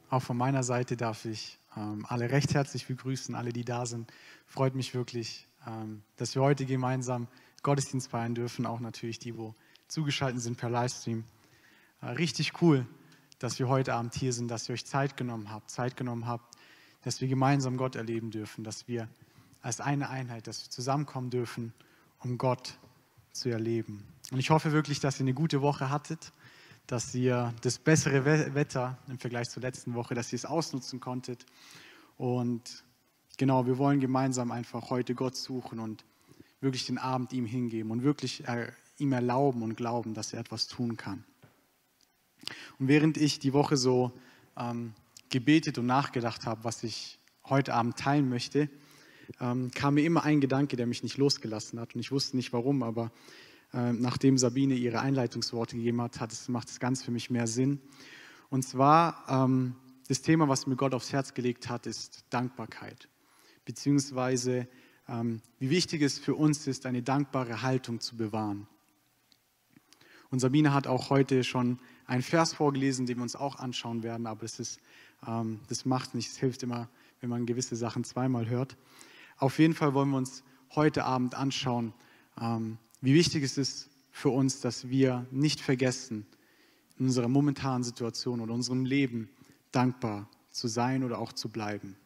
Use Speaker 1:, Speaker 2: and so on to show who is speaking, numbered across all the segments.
Speaker 1: Auch von meiner Seite darf ich alle recht herzlich begrüßen, alle, die da sind. Freut mich wirklich, dass wir heute gemeinsam Gottesdienst feiern dürfen, auch natürlich die, wo zugeschaltet sind per Livestream. Richtig cool, dass wir heute Abend hier sind, dass ihr euch Zeit genommen habt, dass wir gemeinsam Gott erleben dürfen, dass wir als eine Einheit, dass wir zusammenkommen dürfen, um Gott zu erleben. Und ich hoffe wirklich, dass ihr eine gute Woche hattet, dass ihr das bessere Wetter im Vergleich zur letzten Woche, dass ihr es ausnutzen konntet. Und genau, wir wollen gemeinsam einfach heute Gott suchen und wirklich den Abend ihm hingeben und wirklich ihm erlauben und glauben, dass er etwas tun kann. Und während ich die Woche so gebetet und nachgedacht habe, was ich heute Abend teilen möchte, kam mir immer ein Gedanke, der mich nicht losgelassen hat. Und ich wusste nicht warum, aber nachdem Sabine ihre Einleitungsworte gegeben hat, macht das Ganze für mich mehr Sinn. Und zwar das Thema, was mir Gott aufs Herz gelegt hat, ist Dankbarkeit. Beziehungsweise wie wichtig es für uns ist, eine dankbare Haltung zu bewahren. Und Sabine hat auch heute schon einen Vers vorgelesen, den wir uns auch anschauen werden, aber das macht nichts, es hilft immer, wenn man gewisse Sachen zweimal hört. Auf jeden Fall wollen wir uns heute Abend anschauen, wie wichtig es ist für uns, dass wir nicht vergessen, in unserer momentanen Situation oder unserem Leben dankbar zu sein oder auch zu bleiben.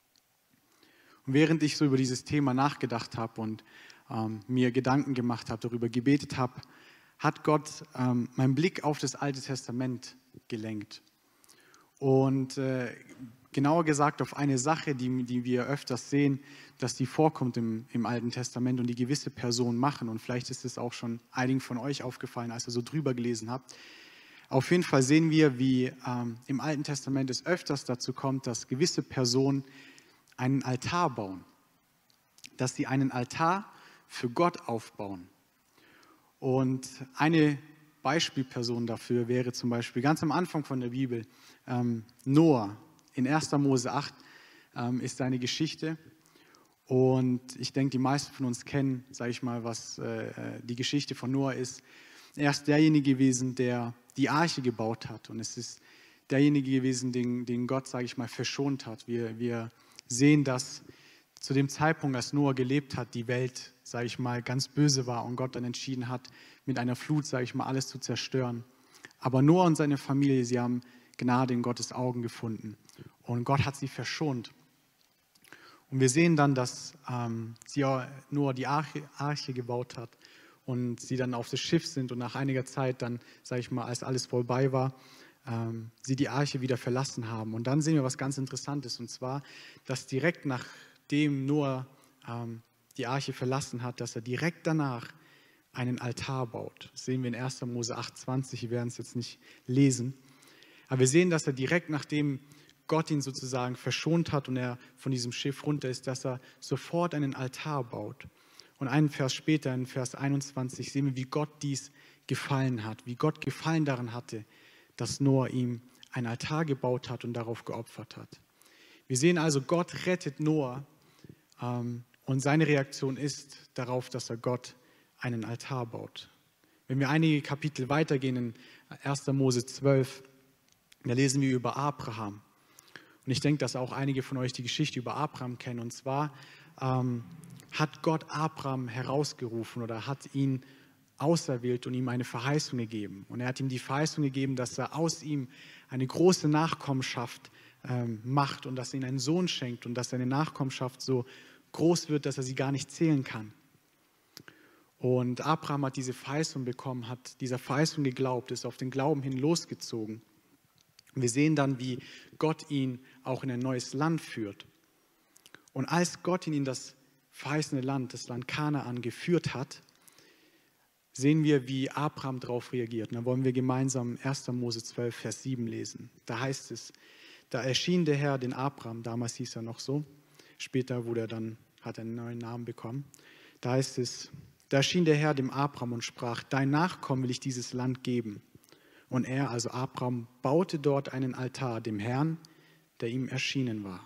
Speaker 1: Und während ich so über dieses Thema nachgedacht habe und mir Gedanken gemacht habe, darüber gebetet habe, hat Gott meinen Blick auf das Alte Testament gelenkt. Und genauer gesagt auf eine Sache, die wir öfters sehen, dass die vorkommt im Alten Testament und die gewisse Personen machen. Und vielleicht ist es auch schon einigen von euch aufgefallen, als ihr so drüber gelesen habt. Auf jeden Fall sehen wir, wie im Alten Testament es öfters dazu kommt, dass gewisse Personen einen Altar bauen. Dass sie einen Altar für Gott aufbauen. Und eine Beispielperson dafür wäre zum Beispiel ganz am Anfang von der Bibel Noah. In 1. Mose 8 ist seine Geschichte und ich denke, die meisten von uns kennen, sage ich mal, was die Geschichte von Noah ist. Er ist derjenige gewesen, der die Arche gebaut hat und es ist derjenige gewesen, den Gott, sage ich mal, verschont hat. Wir sehen, dass zu dem Zeitpunkt, als Noah gelebt hat, die Welt, sage ich mal, ganz böse war und Gott dann entschieden hat, mit einer Flut, sage ich mal, alles zu zerstören. Aber Noah und seine Familie, sie haben Gnade in Gottes Augen gefunden und Gott hat sie verschont. Und wir sehen dann, dass Noah die Arche gebaut hat und sie dann auf das Schiff sind und nach einiger Zeit dann, sage ich mal, als alles vorbei war, sie die Arche wieder verlassen haben. Und dann sehen wir was ganz Interessantes und zwar, dass direkt nachdem Noah die Arche verlassen hat, dass er direkt danach einen Altar baut. Das sehen wir in 1. Mose 8,20, wir werden es jetzt nicht lesen. Aber wir sehen, dass er direkt nachdem Gott ihn sozusagen verschont hat und er von diesem Schiff runter ist, dass er sofort einen Altar baut. Und einen Vers später, in Vers 21, sehen wir, wie Gott dies gefallen hat, wie Gott Gefallen daran hatte, dass Noah ihm einen Altar gebaut hat und darauf geopfert hat. Wir sehen also, Gott rettet Noah und seine Reaktion ist darauf, dass er Gott einen Altar baut. Wenn wir einige Kapitel weitergehen, in 1. Mose 12, da lesen wir über Abraham. Und ich denke, dass auch einige von euch die Geschichte über Abraham kennen. Und zwar hat Gott Abraham herausgerufen oder hat ihn auserwählt und ihm eine Verheißung gegeben. Und er hat ihm die Verheißung gegeben, dass er aus ihm eine große Nachkommenschaft macht und dass er ihm einen Sohn schenkt und dass seine Nachkommenschaft so groß wird, dass er sie gar nicht zählen kann. Und Abraham hat diese Verheißung bekommen, hat dieser Verheißung geglaubt, ist auf den Glauben hin losgezogen. Wir sehen dann, wie Gott ihn auch in ein neues Land führt. Und als Gott ihn in das verheißene Land, das Land Kanaan, geführt hat, sehen wir, wie Abraham darauf reagiert. Und da wollen wir gemeinsam 1. Mose 12, Vers 7 lesen. Da heißt es, da erschien der Herr den Abraham, damals hieß er noch so, später hat er einen neuen Namen bekommen. Da heißt es, da erschien der Herr dem Abraham und sprach, dein Nachkommen will ich dieses Land geben. Und er, also Abraham, baute dort einen Altar dem Herrn, der ihm erschienen war.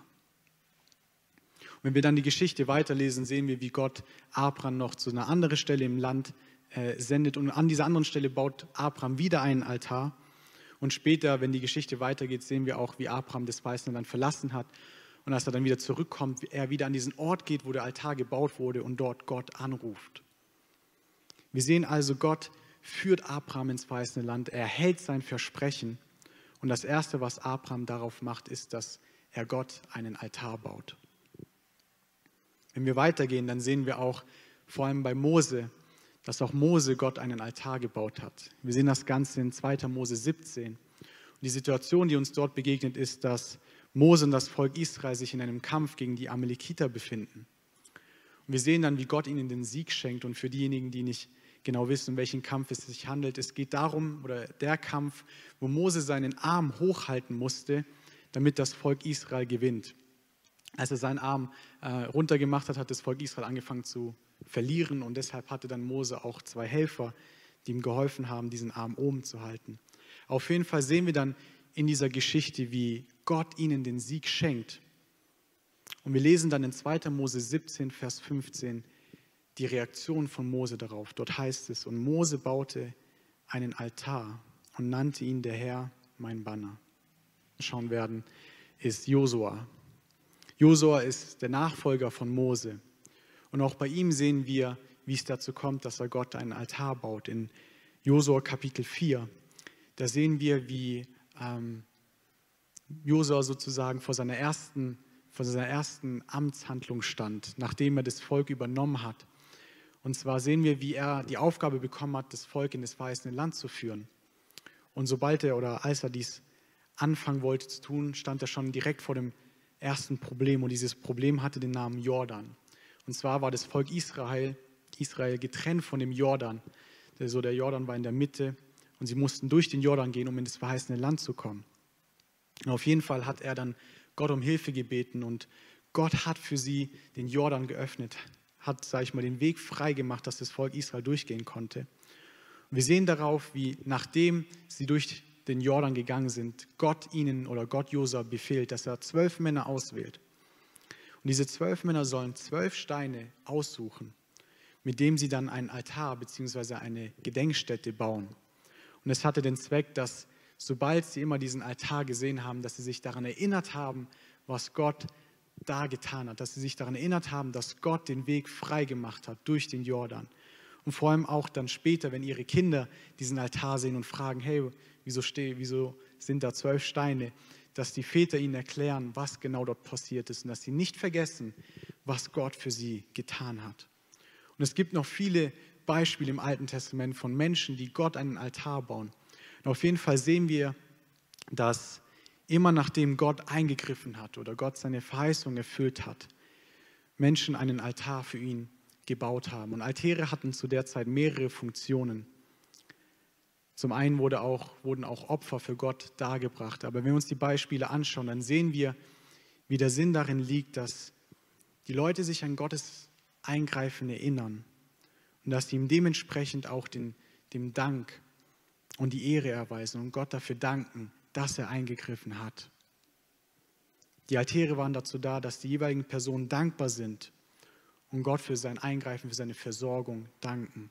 Speaker 1: Und wenn wir dann die Geschichte weiterlesen, sehen wir, wie Gott Abraham noch zu einer anderen Stelle im Land sendet. Und an dieser anderen Stelle baut Abraham wieder einen Altar. Und später, wenn die Geschichte weitergeht, sehen wir auch, wie Abraham das Weiße Land verlassen hat. Und als er dann wieder zurückkommt, er wieder an diesen Ort geht, wo der Altar gebaut wurde und dort Gott anruft. Wir sehen also, Gott führt Abraham ins Weiße Land. Er hält sein Versprechen. Und das Erste, was Abraham darauf macht, ist, dass er Gott einen Altar baut. Wenn wir weitergehen, dann sehen wir auch, vor allem bei Mose, dass auch Mose Gott einen Altar gebaut hat. Wir sehen das Ganze in 2. Mose 17. Und die Situation, die uns dort begegnet, ist, dass Mose und das Volk Israel sich in einem Kampf gegen die Amalekiter befinden. Und wir sehen dann, wie Gott ihnen den Sieg schenkt. Und für diejenigen, die nicht genau wissen, um welchen Kampf es sich handelt, es geht darum, oder der Kampf, wo Mose seinen Arm hochhalten musste, damit das Volk Israel gewinnt. Als er seinen Arm runtergemacht hat, hat das Volk Israel angefangen zu verlieren und deshalb hatte dann Mose auch 2 Helfer, die ihm geholfen haben, diesen Arm oben zu halten. Auf jeden Fall sehen wir dann in dieser Geschichte, wie Gott ihnen den Sieg schenkt. Und wir lesen dann in 2. Mose 17, Vers 15 die Reaktion von Mose darauf. Dort heißt es, und Mose baute einen Altar und nannte ihn der Herr, mein Banner. Schauen werden, ist Josua. Josua ist der Nachfolger von Mose. Und auch bei ihm sehen wir, wie es dazu kommt, dass er Gott einen Altar baut. In Josua Kapitel 4, da sehen wir, wie Josua sozusagen vor seiner ersten Amtshandlung stand, nachdem er das Volk übernommen hat. Und zwar sehen wir, wie er die Aufgabe bekommen hat, das Volk in das verheißene Land zu führen. Und als er dies anfangen wollte zu tun, stand er schon direkt vor dem ersten Problem. Und dieses Problem hatte den Namen Jordan. Und zwar war das Volk Israel getrennt von dem Jordan. Der Jordan war in der Mitte und sie mussten durch den Jordan gehen, um in das verheißene Land zu kommen. Und auf jeden Fall hat er dann Gott um Hilfe gebeten und Gott hat für sie den Jordan geöffnet, hat, den Weg frei gemacht, dass das Volk Israel durchgehen konnte. Und wir sehen darauf, wie nachdem sie durch den Jordan gegangen sind, Gott Josua befehlt, dass er 12 Männer auswählt. Und diese 12 Männer sollen 12 Steine aussuchen, mit dem sie dann einen Altar bzw. eine Gedenkstätte bauen. Und es hatte den Zweck, dass sobald sie immer diesen Altar gesehen haben, dass sie sich daran erinnert haben, was Gott da getan hat, dass sie sich daran erinnert haben, dass Gott den Weg frei gemacht hat durch den Jordan. Und vor allem auch dann später, wenn ihre Kinder diesen Altar sehen und fragen, hey, wieso sind da 12 Steine, dass die Väter ihnen erklären, was genau dort passiert ist und dass sie nicht vergessen, was Gott für sie getan hat. Und es gibt noch viele Beispiele im Alten Testament von Menschen, die Gott einen Altar bauen. Und auf jeden Fall sehen wir, dass immer nachdem Gott eingegriffen hat oder Gott seine Verheißung erfüllt hat, Menschen einen Altar für ihn gebaut haben. Und Altäre hatten zu der Zeit mehrere Funktionen. Zum einen wurden auch Opfer für Gott dargebracht. Aber wenn wir uns die Beispiele anschauen, dann sehen wir, wie der Sinn darin liegt, dass die Leute sich an Gottes Eingreifen erinnern und dass sie ihm dementsprechend auch dem Dank und die Ehre erweisen und Gott dafür danken, dass er eingegriffen hat. Die Altäre waren dazu da, dass die jeweiligen Personen dankbar sind und Gott für sein Eingreifen, für seine Versorgung danken.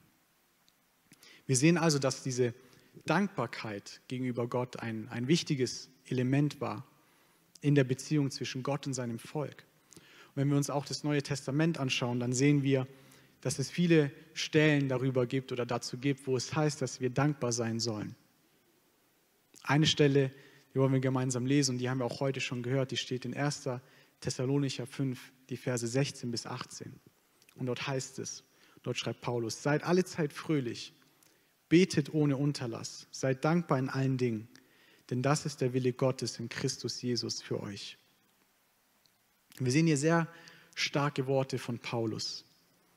Speaker 1: Wir sehen also, dass diese Dankbarkeit gegenüber Gott ein wichtiges Element war in der Beziehung zwischen Gott und seinem Volk. Und wenn wir uns auch das Neue Testament anschauen, dann sehen wir, dass es viele Stellen dazu gibt, wo es heißt, dass wir dankbar sein sollen. Eine Stelle, die wollen wir gemeinsam lesen und die haben wir auch heute schon gehört, die steht in 1. Thessalonicher 5, die Verse 16 bis 18. Und dort heißt es, dort schreibt Paulus, seid alle Zeit fröhlich, betet ohne Unterlass, seid dankbar in allen Dingen, denn das ist der Wille Gottes in Christus Jesus für euch. Wir sehen hier sehr starke Worte von Paulus.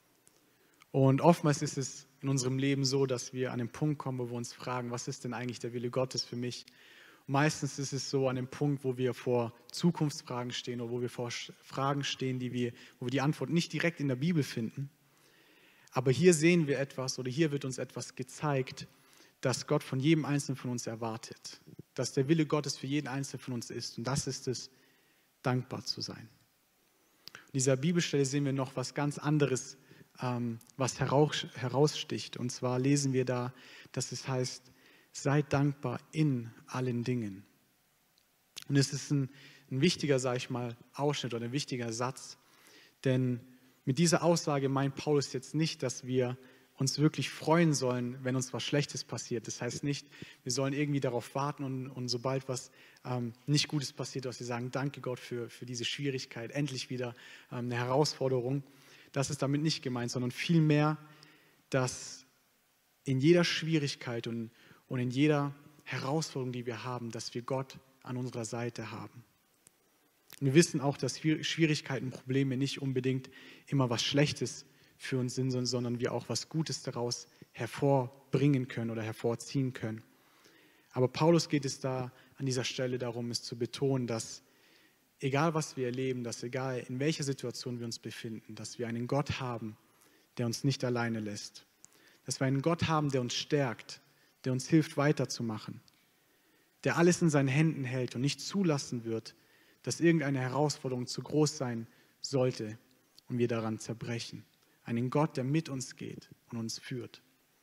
Speaker 1: Und oftmals ist es in unserem Leben so, dass wir an den Punkt kommen, wo wir uns fragen, was ist denn eigentlich der Wille Gottes für mich? Und meistens ist es so an dem Punkt, wo wir vor Zukunftsfragen stehen oder wo wir vor Fragen stehen, wo wir die Antwort nicht direkt in der Bibel finden. Aber hier sehen wir etwas oder hier wird uns etwas gezeigt, dass Gott von jedem Einzelnen von uns erwartet. Dass der Wille Gottes für jeden Einzelnen von uns ist. Und das ist es, dankbar zu sein. In dieser Bibelstelle sehen wir noch was ganz anderes, was heraussticht. Und zwar lesen wir da, dass es heißt, seid dankbar in allen Dingen. Und es ist ein wichtiger, sage ich mal, Ausschnitt oder ein wichtiger Satz, denn mit dieser Aussage meint Paulus jetzt nicht, dass wir uns wirklich freuen sollen, wenn uns was Schlechtes passiert. Das heißt nicht, wir sollen irgendwie darauf warten und sobald was nicht Gutes passiert, dass wir sagen, danke Gott für diese Schwierigkeit, endlich wieder eine Herausforderung. Das ist damit nicht gemeint, sondern vielmehr, dass in jeder Schwierigkeit und in jeder Herausforderung, die wir haben, dass wir Gott an unserer Seite haben. Und wir wissen auch, dass Schwierigkeiten, Probleme nicht unbedingt immer was Schlechtes für uns sind, sondern wir auch was Gutes daraus hervorbringen können oder hervorziehen können. Aber Paulus geht es da an dieser Stelle darum, es zu betonen, dass egal was wir erleben, dass egal in welcher Situation wir uns befinden, dass wir einen Gott haben, der uns nicht alleine lässt. Dass wir einen Gott haben, der uns stärkt, der uns hilft, weiterzumachen, der alles in seinen Händen hält und nicht zulassen wird, dass irgendeine Herausforderung zu groß sein sollte und wir daran zerbrechen. Einen Gott, der mit uns geht und uns führt.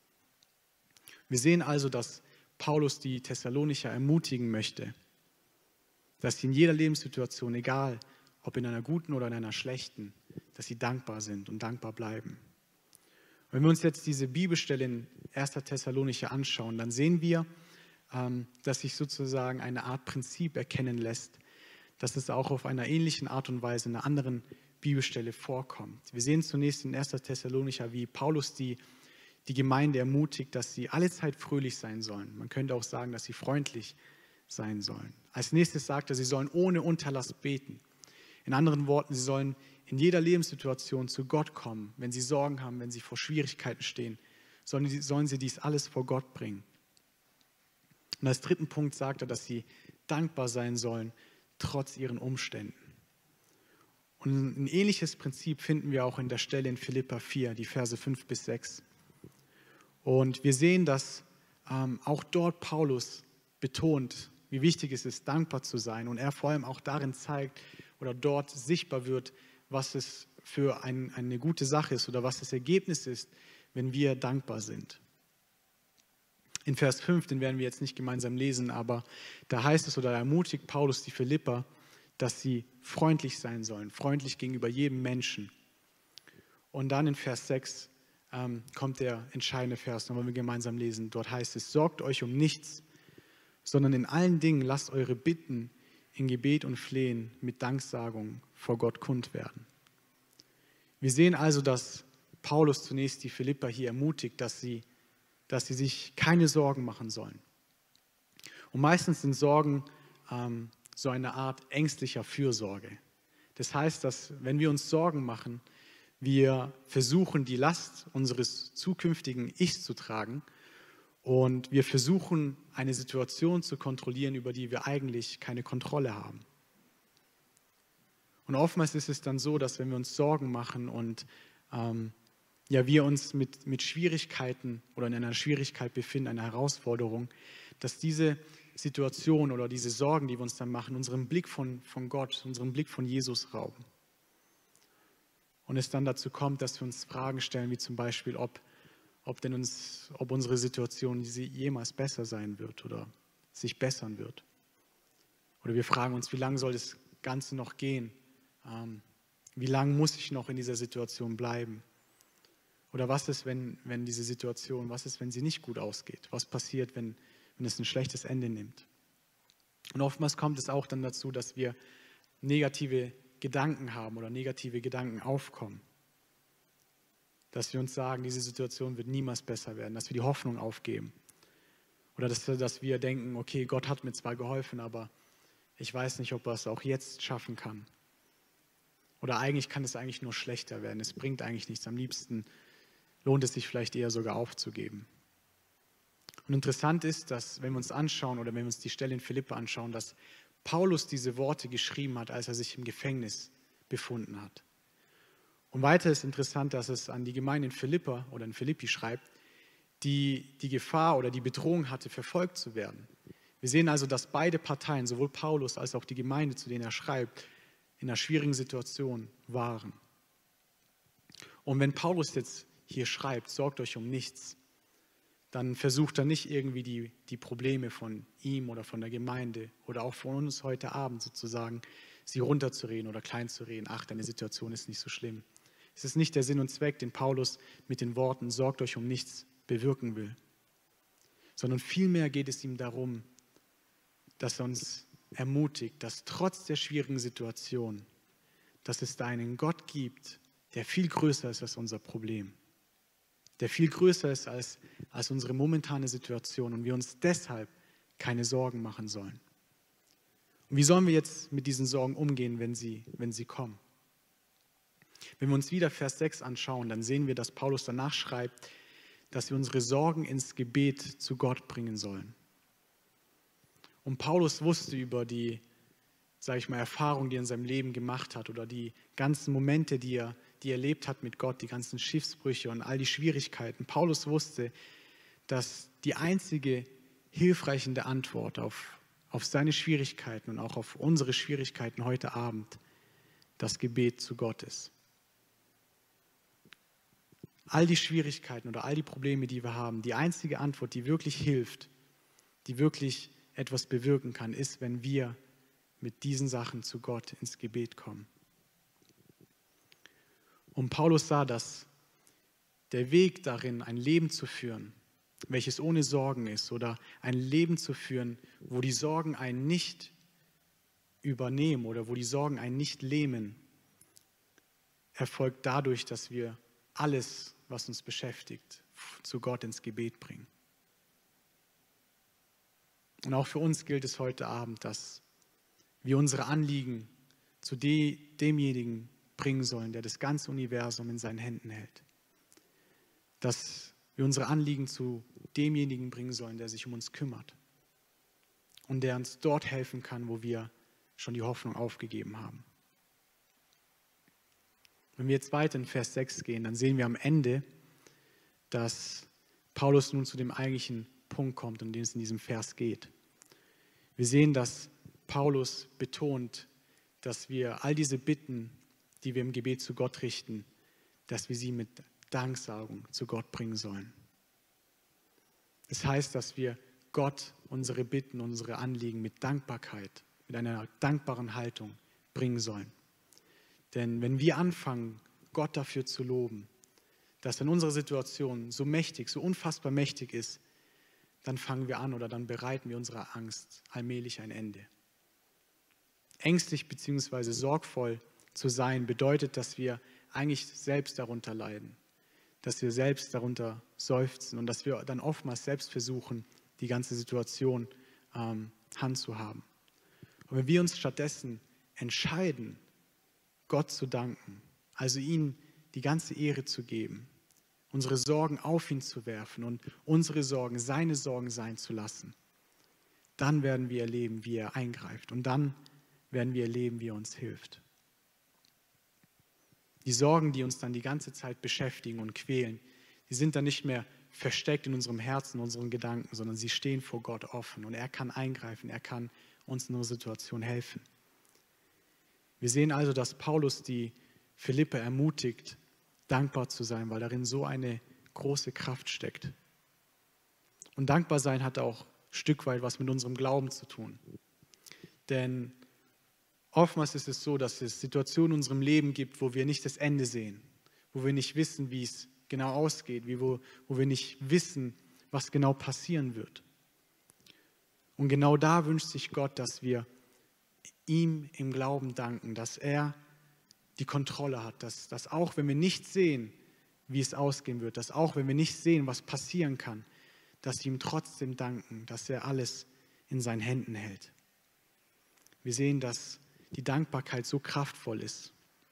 Speaker 1: Wir sehen also, dass Paulus die Thessalonicher ermutigen möchte, dass sie in jeder Lebenssituation, egal ob in einer guten oder in einer schlechten, dass sie dankbar sind und dankbar bleiben. Wenn wir uns jetzt diese Bibelstelle in 1. Thessalonicher anschauen, dann sehen wir, dass sich sozusagen eine Art Prinzip erkennen lässt, dass es auch auf einer ähnlichen Art und Weise in einer anderen Bibelstelle vorkommt. Wir sehen zunächst in 1. Thessalonicher, wie Paulus die Gemeinde ermutigt, dass sie allezeit fröhlich sein sollen. Man könnte auch sagen, dass sie freundlich sein sollen. Als nächstes sagt er, sie sollen ohne Unterlass beten. In anderen Worten, sie sollen in jeder Lebenssituation zu Gott kommen. Wenn sie Sorgen haben, wenn sie vor Schwierigkeiten stehen, sollen sie dies alles vor Gott bringen. Und als dritten Punkt sagt er, dass sie dankbar sein sollen, trotz ihren Umständen. Und ein ähnliches Prinzip finden wir auch in der Stelle in Philipper 4, die Verse 5 bis 6. Und wir sehen, dass auch dort Paulus betont, wie wichtig es ist, dankbar zu sein. Und er vor allem auch darin zeigt oder dort sichtbar wird, was es für eine gute Sache ist oder was das Ergebnis ist, wenn wir dankbar sind. In Vers 5, den werden wir jetzt nicht gemeinsam lesen, aber da heißt es oder ermutigt Paulus die Philipper, dass sie freundlich sein sollen, freundlich gegenüber jedem Menschen. Und dann in Vers 6 kommt der entscheidende Vers, den wollen wir gemeinsam lesen. Dort heißt es, sorgt euch um nichts, sondern in allen Dingen lasst eure Bitten in Gebet und Flehen mit Danksagung vor Gott kund werden. Wir sehen also, dass Paulus zunächst die Philipper hier ermutigt, dass sie sich keine Sorgen machen sollen. Und meistens sind Sorgen so eine Art ängstlicher Fürsorge. Das heißt, dass wenn wir uns Sorgen machen, wir versuchen, die Last unseres zukünftigen Ichs zu tragen und wir versuchen, eine Situation zu kontrollieren, über die wir eigentlich keine Kontrolle haben. Und oftmals ist es dann so, dass wenn wir uns Sorgen machen und wir uns mit Schwierigkeiten oder in einer Schwierigkeit befinden, einer Herausforderung, dass diese Situation oder diese Sorgen, die wir uns dann machen, unseren Blick von Gott, unseren Blick von Jesus rauben. Und es dann dazu kommt, dass wir uns Fragen stellen, wie zum Beispiel, ob unsere Situation jemals besser sein wird oder sich bessern wird. Oder wir fragen uns, wie lange soll das Ganze noch gehen? Wie lange muss ich noch in dieser Situation bleiben? Oder was ist, wenn sie nicht gut ausgeht? Was passiert, wenn es ein schlechtes Ende nimmt? Und oftmals kommt es auch dann dazu, dass wir negative Gedanken haben oder negative Gedanken aufkommen. Dass wir uns sagen, diese Situation wird niemals besser werden, dass wir die Hoffnung aufgeben. Oder dass wir denken, okay, Gott hat mir zwar geholfen, aber ich weiß nicht, ob er es auch jetzt schaffen kann. Oder eigentlich kann es eigentlich nur schlechter werden. Es bringt eigentlich nichts. Am liebsten lohnt es sich vielleicht eher sogar aufzugeben. Und interessant ist, dass wenn wir uns anschauen oder wenn wir uns die Stelle in Philipper anschauen, dass Paulus diese Worte geschrieben hat, als er sich im Gefängnis befunden hat. Und weiter ist interessant, dass es an die Gemeinde in Philippa oder in Philippi schreibt, die Gefahr oder die Bedrohung hatte, verfolgt zu werden. Wir sehen also, dass beide Parteien, sowohl Paulus als auch die Gemeinde, zu denen er schreibt, in einer schwierigen Situation waren. Und wenn Paulus jetzt hier schreibt, sorgt euch um nichts, dann versucht er nicht irgendwie die Probleme von ihm oder von der Gemeinde oder auch von uns heute Abend sozusagen, sie runterzureden oder kleinzureden. Ach, deine Situation ist nicht so schlimm. Es ist nicht der Sinn und Zweck, den Paulus mit den Worten "sorgt euch um nichts" bewirken will, sondern vielmehr geht es ihm darum, dass er uns ermutigt, dass trotz der schwierigen Situation, dass es da einen Gott gibt, der viel größer ist als unser Problem, der viel größer ist als unsere momentane Situation und wir uns deshalb keine Sorgen machen sollen. Und wie sollen wir jetzt mit diesen Sorgen umgehen, wenn sie kommen? Wenn wir uns wieder Vers 6 anschauen, dann sehen wir, dass Paulus danach schreibt, dass wir unsere Sorgen ins Gebet zu Gott bringen sollen. Und Paulus wusste über die, sage ich mal, Erfahrungen, die er in seinem Leben gemacht hat oder die ganzen Momente, die er erlebt hat mit Gott, die ganzen Schiffsbrüche und all die Schwierigkeiten. Paulus wusste, dass die einzige hilfreiche Antwort auf seine Schwierigkeiten und auch auf unsere Schwierigkeiten heute Abend das Gebet zu Gott ist. All die Schwierigkeiten oder all die Probleme, die wir haben, die einzige Antwort, die wirklich hilft, die wirklich etwas bewirken kann, ist, wenn wir mit diesen Sachen zu Gott ins Gebet kommen. Und Paulus sah, dass der Weg darin, ein Leben zu führen, welches ohne Sorgen ist, oder ein Leben zu führen, wo die Sorgen einen nicht übernehmen oder wo die Sorgen einen nicht lähmen, erfolgt dadurch, dass wir alles, was uns beschäftigt, zu Gott ins Gebet bringen. Und auch für uns gilt es heute Abend, dass wir unsere Anliegen zu demjenigen bringen sollen, der das ganze Universum in seinen Händen hält. Dass wir unsere Anliegen zu demjenigen bringen sollen, der sich um uns kümmert und der uns dort helfen kann, wo wir schon die Hoffnung aufgegeben haben. Wenn wir jetzt weiter in Vers 6 gehen, dann sehen wir am Ende, dass Paulus nun zu dem eigentlichen Punkt kommt, um den es in diesem Vers geht. Wir sehen, dass Paulus betont, dass wir all diese Bitten, die wir im Gebet zu Gott richten, dass wir sie mit Danksagung zu Gott bringen sollen. Das heißt, dass wir Gott unsere Bitten, unsere Anliegen mit Dankbarkeit, mit einer dankbaren Haltung bringen sollen. Denn wenn wir anfangen, Gott dafür zu loben, dass in unserer Situation so mächtig, so unfassbar mächtig ist, dann fangen wir an oder dann bereiten wir unserer Angst allmählich ein Ende. Ängstlich bzw. sorgvoll zu sein bedeutet, dass wir eigentlich selbst darunter leiden, dass wir selbst darunter seufzen und dass wir dann oftmals selbst versuchen, die ganze Situation handzuhaben. Und wenn wir uns stattdessen entscheiden, Gott zu danken, also ihm die ganze Ehre zu geben, unsere Sorgen auf ihn zu werfen und unsere Sorgen seine Sorgen sein zu lassen, dann werden wir erleben, wie er eingreift und dann werden wir erleben, wie er uns hilft. Die Sorgen, die uns dann die ganze Zeit beschäftigen und quälen, die sind dann nicht mehr versteckt in unserem Herzen, in unseren Gedanken, sondern sie stehen vor Gott offen und er kann eingreifen, er kann uns in unserer Situation helfen. Wir sehen also, dass Paulus die Philipper ermutigt, dankbar zu sein, weil darin so eine große Kraft steckt. Und dankbar sein hat auch ein Stück weit was mit unserem Glauben zu tun. Denn oftmals ist es so, dass es Situationen in unserem Leben gibt, wo wir nicht das Ende sehen, wo wir nicht wissen, wie es genau ausgeht, wo wir nicht wissen, was genau passieren wird. Und genau da wünscht sich Gott, dass wir ihm im Glauben danken, dass er die Kontrolle hat, dass auch wenn wir nicht sehen, wie es ausgehen wird, dass auch wenn wir nicht sehen, was passieren kann, dass wir ihm trotzdem danken, dass er alles in seinen Händen hält. Wir sehen, dass die Dankbarkeit so kraftvoll ist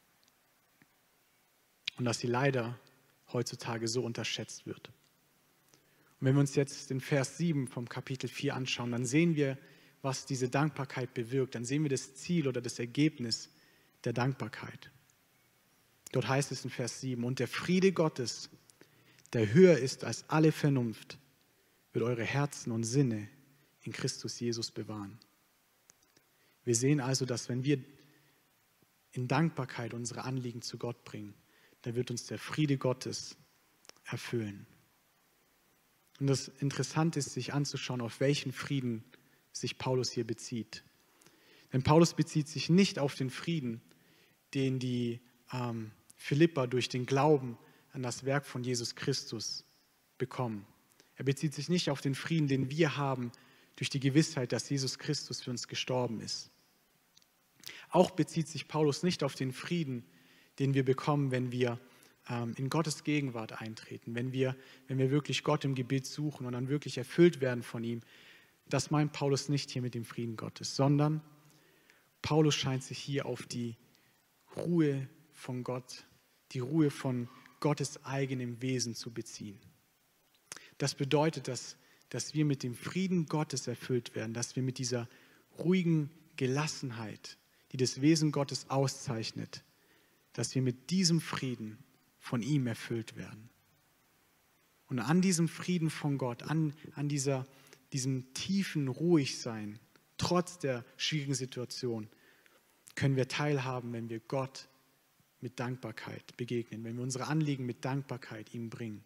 Speaker 1: und dass sie leider heutzutage so unterschätzt wird. Und wenn wir uns jetzt den Vers 7 vom Kapitel 4 anschauen, dann sehen wir, was diese Dankbarkeit bewirkt. Dann sehen wir das Ziel oder das Ergebnis der Dankbarkeit. Dort heißt es in Vers 7, und der Friede Gottes, der höher ist als alle Vernunft, wird eure Herzen und Sinne in Christus Jesus bewahren. Wir sehen also, dass wenn wir in Dankbarkeit unsere Anliegen zu Gott bringen, dann wird uns der Friede Gottes erfüllen. Und das Interessante ist, sich anzuschauen, auf welchen Frieden sich Paulus hier bezieht. Denn Paulus bezieht sich nicht auf den Frieden, den die Philipper durch den Glauben an das Werk von Jesus Christus bekommen. Er bezieht sich nicht auf den Frieden, den wir haben durch die Gewissheit, dass Jesus Christus für uns gestorben ist. Auch bezieht sich Paulus nicht auf den Frieden, den wir bekommen, wenn wir in Gottes Gegenwart eintreten, wenn wir wirklich Gott im Gebet suchen und dann wirklich erfüllt werden von ihm. Das meint Paulus nicht hier mit dem Frieden Gottes, sondern Paulus scheint sich hier auf die Ruhe von Gott, die Ruhe von Gottes eigenem Wesen zu beziehen. Das bedeutet, dass wir mit dem Frieden Gottes erfüllt werden, dass wir mit dieser ruhigen Gelassenheit, die das Wesen Gottes auszeichnet, dass wir mit diesem Frieden von ihm erfüllt werden. Und an diesem Frieden von Gott, an diesem tiefen Ruhigsein, trotz der schwierigen Situation, können wir teilhaben, wenn wir Gott mit Dankbarkeit begegnen, wenn wir unsere Anliegen mit Dankbarkeit ihm bringen.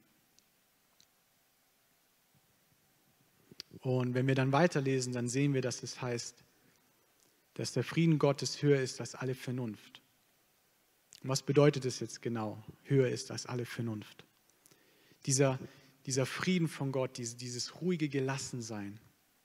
Speaker 1: Und wenn wir dann weiterlesen, dann sehen wir, dass es heißt, dass der Frieden Gottes höher ist als alle Vernunft. Und was bedeutet es jetzt genau? Höher ist als alle Vernunft. Dieser Frieden von Gott, dieses ruhige Gelassensein,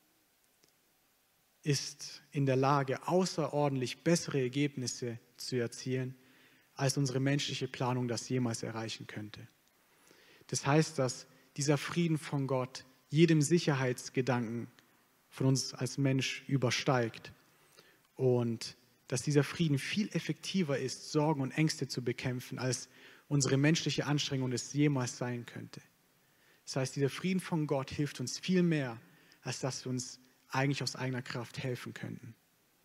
Speaker 1: ist in der Lage, außerordentlich bessere Ergebnisse zu erzielen, als unsere menschliche Planung das jemals erreichen könnte. Das heißt, dass dieser Frieden von Gott jedem Sicherheitsgedanken von uns als Mensch übersteigt und dass dieser Frieden viel effektiver ist, Sorgen und Ängste zu bekämpfen, als unsere menschliche Anstrengung es jemals sein könnte. Das heißt, dieser Frieden von Gott hilft uns viel mehr, als dass wir uns eigentlich aus eigener Kraft helfen könnten.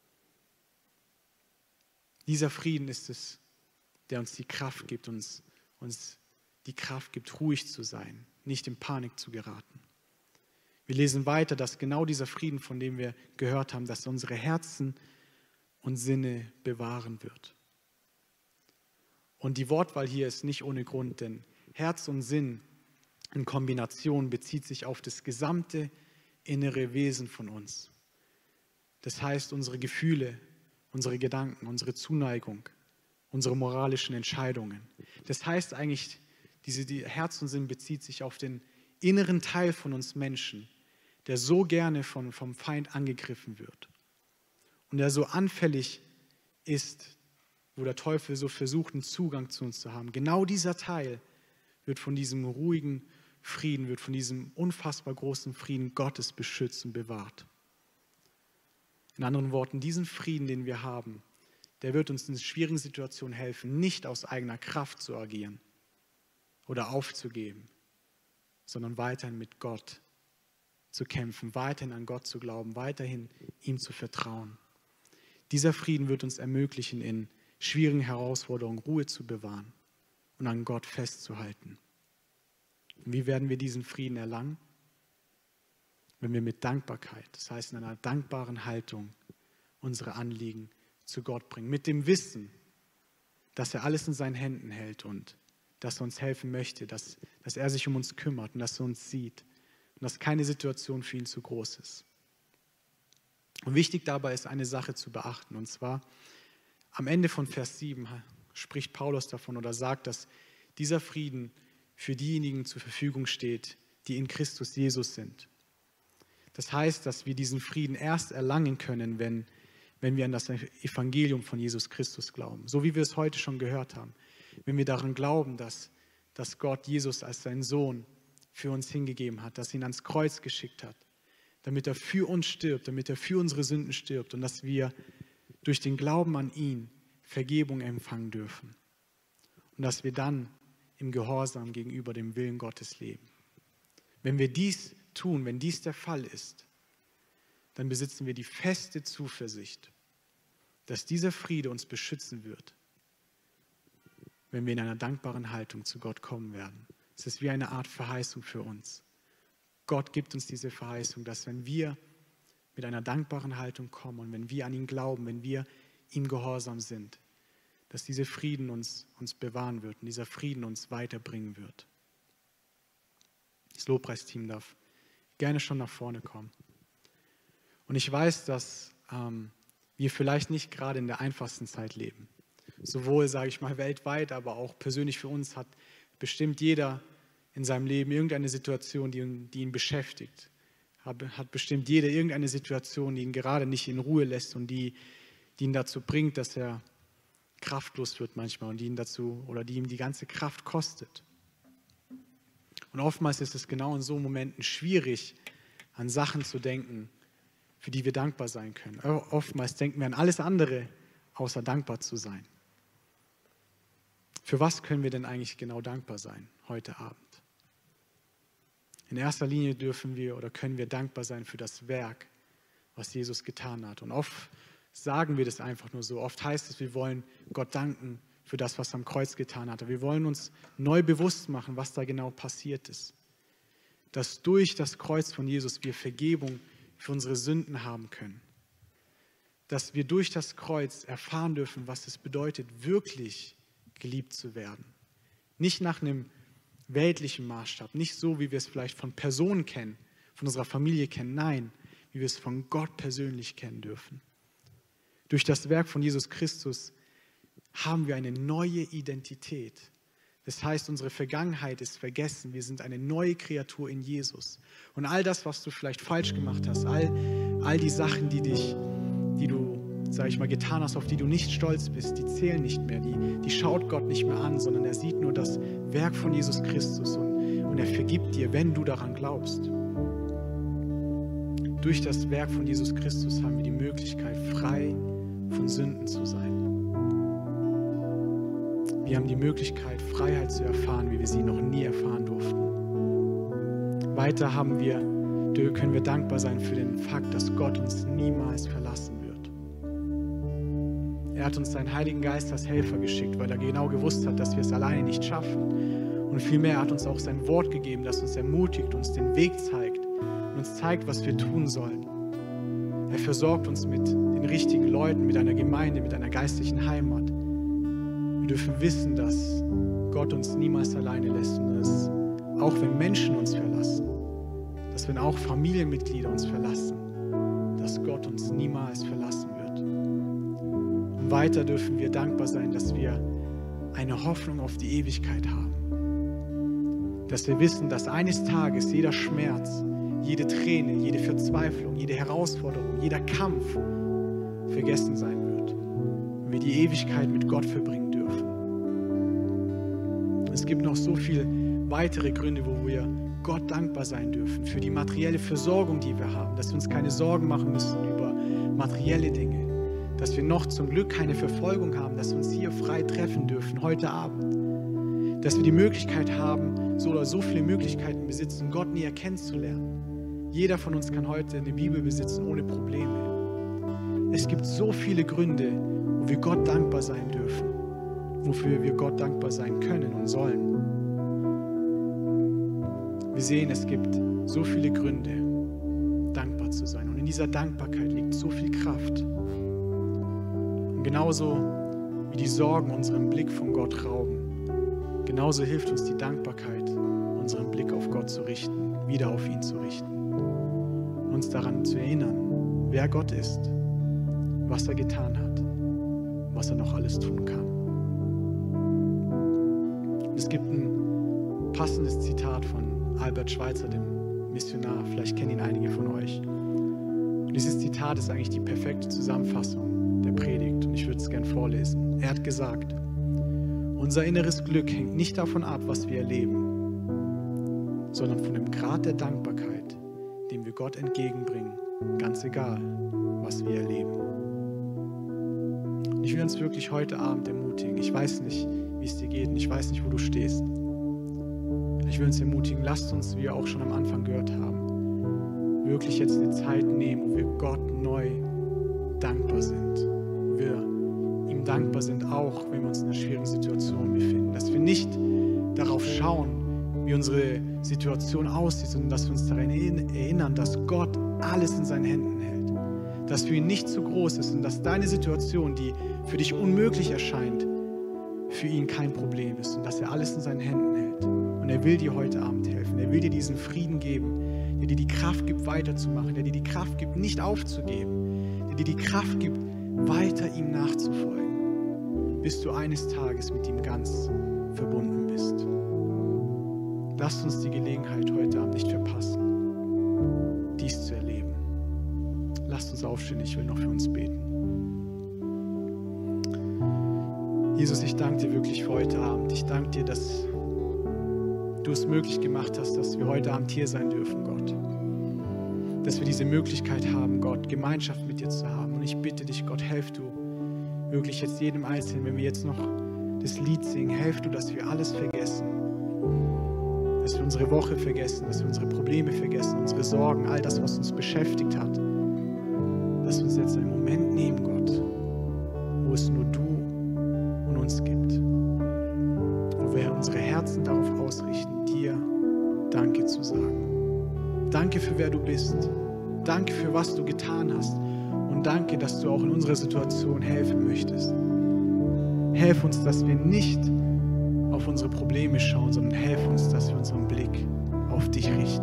Speaker 1: Dieser Frieden ist es, der uns die Kraft gibt, uns die Kraft gibt, ruhig zu sein, nicht in Panik zu geraten. Wir lesen weiter, dass genau dieser Frieden, von dem wir gehört haben, dass unsere Herzen und Sinne bewahren wird. Und die Wortwahl hier ist nicht ohne Grund, denn Herz und Sinn in Kombination bezieht sich auf das gesamte innere Wesen von uns. Das heißt, unsere Gefühle, unsere Gedanken, unsere Zuneigung, unsere moralischen Entscheidungen. Das heißt eigentlich, die Herz und Sinn bezieht sich auf den inneren Teil von uns Menschen, der so gerne vom Feind angegriffen wird und der so anfällig ist, wo der Teufel so versucht, einen Zugang zu uns zu haben. Genau dieser Teil wird von diesem ruhigen Frieden, wird von diesem unfassbar großen Frieden Gottes beschützt und bewahrt. In anderen Worten, diesen Frieden, den wir haben, der wird uns in schwierigen Situationen helfen, nicht aus eigener Kraft zu agieren oder aufzugeben, sondern weiterhin mit Gott zu kämpfen, weiterhin an Gott zu glauben, weiterhin ihm zu vertrauen. Dieser Frieden wird uns ermöglichen, in schwierigen Herausforderungen Ruhe zu bewahren und an Gott festzuhalten. Und wie werden wir diesen Frieden erlangen? Wenn wir mit Dankbarkeit, das heißt in einer dankbaren Haltung, unsere Anliegen zu Gott bringen. Mit dem Wissen, dass er alles in seinen Händen hält und dass er uns helfen möchte, dass er sich um uns kümmert und dass er uns sieht und dass keine Situation für ihn zu groß ist. Und wichtig dabei ist eine Sache zu beachten, und zwar am Ende von Vers 7 spricht Paulus davon oder sagt, dass dieser Frieden für diejenigen zur Verfügung steht, die in Christus Jesus sind. Das heißt, dass wir diesen Frieden erst erlangen können, wenn wir an das Evangelium von Jesus Christus glauben. So wie wir es heute schon gehört haben. Wenn wir daran glauben, dass Gott Jesus als seinen Sohn für uns hingegeben hat, dass er ihn ans Kreuz geschickt hat, damit er für uns stirbt, damit er für unsere Sünden stirbt und dass wir durch den Glauben an ihn Vergebung empfangen dürfen. Und dass wir dann im Gehorsam gegenüber dem Willen Gottes leben. Wenn wir dies tun, wenn dies der Fall ist, dann besitzen wir die feste Zuversicht, dass dieser Friede uns beschützen wird, wenn wir in einer dankbaren Haltung zu Gott kommen werden. Es ist wie eine Art Verheißung für uns. Gott gibt uns diese Verheißung, dass wenn wir mit einer dankbaren Haltung kommen und wenn wir an ihn glauben, wenn wir ihm gehorsam sind, dass dieser Frieden uns bewahren wird und dieser Frieden uns weiterbringen wird. Das Lobpreisteam darf gerne schon nach vorne kommen. Und ich weiß, dass wir vielleicht nicht gerade in der einfachsten Zeit leben. Sowohl, sage ich mal, weltweit, aber auch persönlich für uns hat bestimmt jeder in seinem Leben irgendeine Situation, die ihn beschäftigt. Hat bestimmt jeder irgendeine Situation, die ihn gerade nicht in Ruhe lässt und die ihn dazu bringt, dass er kraftlos wird manchmal und die ihm die ganze Kraft kostet. Und oftmals ist es genau in so Momenten schwierig, an Sachen zu denken, für die wir dankbar sein können. Oftmals denken wir an alles andere, außer dankbar zu sein. Für was können wir denn eigentlich genau dankbar sein heute Abend? In erster Linie können wir dankbar sein für das Werk, was Jesus getan hat. Und oft sagen wir das einfach nur so. Oft heißt es, wir wollen Gott danken für das, was er am Kreuz getan hat. Wir wollen uns neu bewusst machen, was da genau passiert ist. Dass durch das Kreuz von Jesus wir Vergebung für unsere Sünden haben können. Dass wir durch das Kreuz erfahren dürfen, was es bedeutet, wirklich geliebt zu werden. Nicht nach einem weltlichen Maßstab, nicht so, wie wir es vielleicht von Personen kennen, von unserer Familie kennen, nein, wie wir es von Gott persönlich kennen dürfen. Durch das Werk von Jesus Christus haben wir eine neue Identität. Das heißt, unsere Vergangenheit ist vergessen. Wir sind eine neue Kreatur in Jesus. Und all das, was du vielleicht falsch gemacht hast, all die Sachen, die du, sag ich mal, getan hast, auf die du nicht stolz bist, die zählen nicht mehr. Die schaut Gott nicht mehr an, sondern er sieht nur das Werk von Jesus Christus und er vergibt dir, wenn du daran glaubst. Durch das Werk von Jesus Christus haben wir die Möglichkeit, frei von Sünden zu sein. Wir haben die Möglichkeit, Freiheit zu erfahren, wie wir sie noch nie erfahren durften. Weiter können wir dankbar sein für den Fakt, dass Gott uns niemals verlassen wird. Er hat uns seinen Heiligen Geist als Helfer geschickt, weil er genau gewusst hat, dass wir es alleine nicht schaffen. Und vielmehr hat uns auch sein Wort gegeben, das uns ermutigt, uns den Weg zeigt und uns zeigt, was wir tun sollen. Er versorgt uns mit den richtigen Leuten, mit einer Gemeinde, mit einer geistlichen Heimat. Wir dürfen wissen, dass Gott uns niemals alleine lässt und dass, auch wenn Menschen uns verlassen, dass wenn auch Familienmitglieder uns verlassen, dass Gott uns niemals verlassen wird. Und weiter dürfen wir dankbar sein, dass wir eine Hoffnung auf die Ewigkeit haben. Dass wir wissen, dass eines Tages jeder Schmerz, jede Träne, jede Verzweiflung, jede Herausforderung, jeder Kampf vergessen sein wird. Und wir die Ewigkeit mit Gott verbringen dürfen. Es gibt noch so viele weitere Gründe, wo wir Gott dankbar sein dürfen. Für die materielle Versorgung, die wir haben. Dass wir uns keine Sorgen machen müssen über materielle Dinge. Dass wir noch zum Glück keine Verfolgung haben. Dass wir uns hier frei treffen dürfen, heute Abend. Dass wir die Möglichkeit haben, so viele Möglichkeiten besitzen, Gott näher kennenzulernen. Jeder von uns kann heute eine Bibel besitzen, ohne Probleme. Es gibt so viele Gründe, wo wir Gott dankbar sein dürfen. Wofür wir Gott dankbar sein können und sollen. Wir sehen, es gibt so viele Gründe, dankbar zu sein. Und in dieser Dankbarkeit liegt so viel Kraft. Und genauso wie die Sorgen unseren Blick von Gott rauben, genauso hilft uns die Dankbarkeit, unseren Blick auf Gott zu richten, wieder auf ihn zu richten. Und uns daran zu erinnern, wer Gott ist, was er getan hat, was er noch alles tun kann. Es gibt ein passendes Zitat von Albert Schweitzer, dem Missionar. Vielleicht kennen ihn einige von euch. Und dieses Zitat ist eigentlich die perfekte Zusammenfassung der Predigt. Und ich würde es gern vorlesen. Er hat gesagt, unser inneres Glück hängt nicht davon ab, was wir erleben, sondern von dem Grad der Dankbarkeit, den wir Gott entgegenbringen, ganz egal, was wir erleben. Und ich will uns wirklich heute Abend ermutigen. Ich weiß nicht, wie es dir geht und ich weiß nicht, wo du stehst. Ich will uns ermutigen, lasst uns, wie wir auch schon am Anfang gehört haben, wirklich jetzt eine Zeit nehmen, wo wir Gott neu dankbar sind. Wo wir ihm dankbar sind, auch wenn wir uns in einer schwierigen Situation befinden. Dass wir nicht darauf schauen, wie unsere Situation aussieht, sondern dass wir uns daran erinnern, dass Gott alles in seinen Händen hält. Dass für ihn nicht zu groß ist und dass deine Situation, die für dich unmöglich erscheint, für ihn kein Problem ist und dass er alles in seinen Händen hält. Und Und er will dir heute Abend helfen. Er will dir diesen Frieden geben, der dir die Kraft gibt, weiterzumachen, der dir die Kraft gibt, nicht aufzugeben, der dir die Kraft gibt, weiter ihm nachzufolgen, bis du eines Tages mit ihm ganz verbunden bist. Lasst uns die Gelegenheit heute Abend nicht verpassen, dies zu erleben. Lasst uns aufstehen, ich will noch für uns beten. Jesus, ich danke dir wirklich für heute Abend. Ich danke dir, dass du es möglich gemacht hast, dass wir heute Abend hier sein dürfen, Gott. Dass wir diese Möglichkeit haben, Gott, Gemeinschaft mit dir zu haben. Und ich bitte dich, Gott, helf du wirklich jetzt jedem Einzelnen, wenn wir jetzt noch das Lied singen, helf du, dass wir alles vergessen. Dass wir unsere Woche vergessen, dass wir unsere Probleme vergessen, unsere Sorgen, all das, was uns beschäftigt hat. Dass wir uns jetzt einen Moment nehmen, Gott, wo es nur du und uns gibt. Wo wir unsere Herzen darauf ausrichten, dir Danke zu sagen. Danke für wer du bist. Danke für was du getan hast. Und danke, dass du auch in unserer Situation helfen möchtest. Helf uns, dass wir nicht auf unsere Probleme schauen, sondern helf uns, dass wir unseren Blick auf dich richten.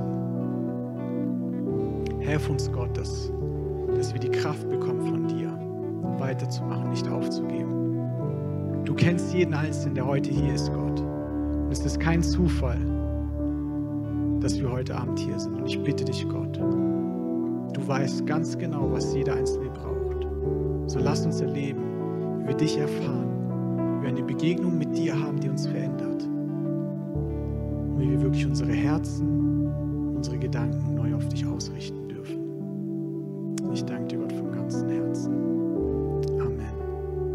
Speaker 1: Helf uns, Gott, dass wir die Kraft bekommen von dir, weiterzumachen, nicht aufzugeben. Du kennst jeden Einzelnen, der heute hier ist, Gott. Und es ist kein Zufall, dass wir heute Abend hier sind. Und ich bitte dich, Gott, du weißt ganz genau, was jeder Einzelne braucht. So lass uns erleben, wie wir dich erfahren, wie wir eine Begegnung mit dir haben, die uns verändert. Und wie wir wirklich unsere Herzen, unsere Gedanken neu auf dich ausrichten dürfen. Ich danke dir, Gott, vom ganzen Herzen.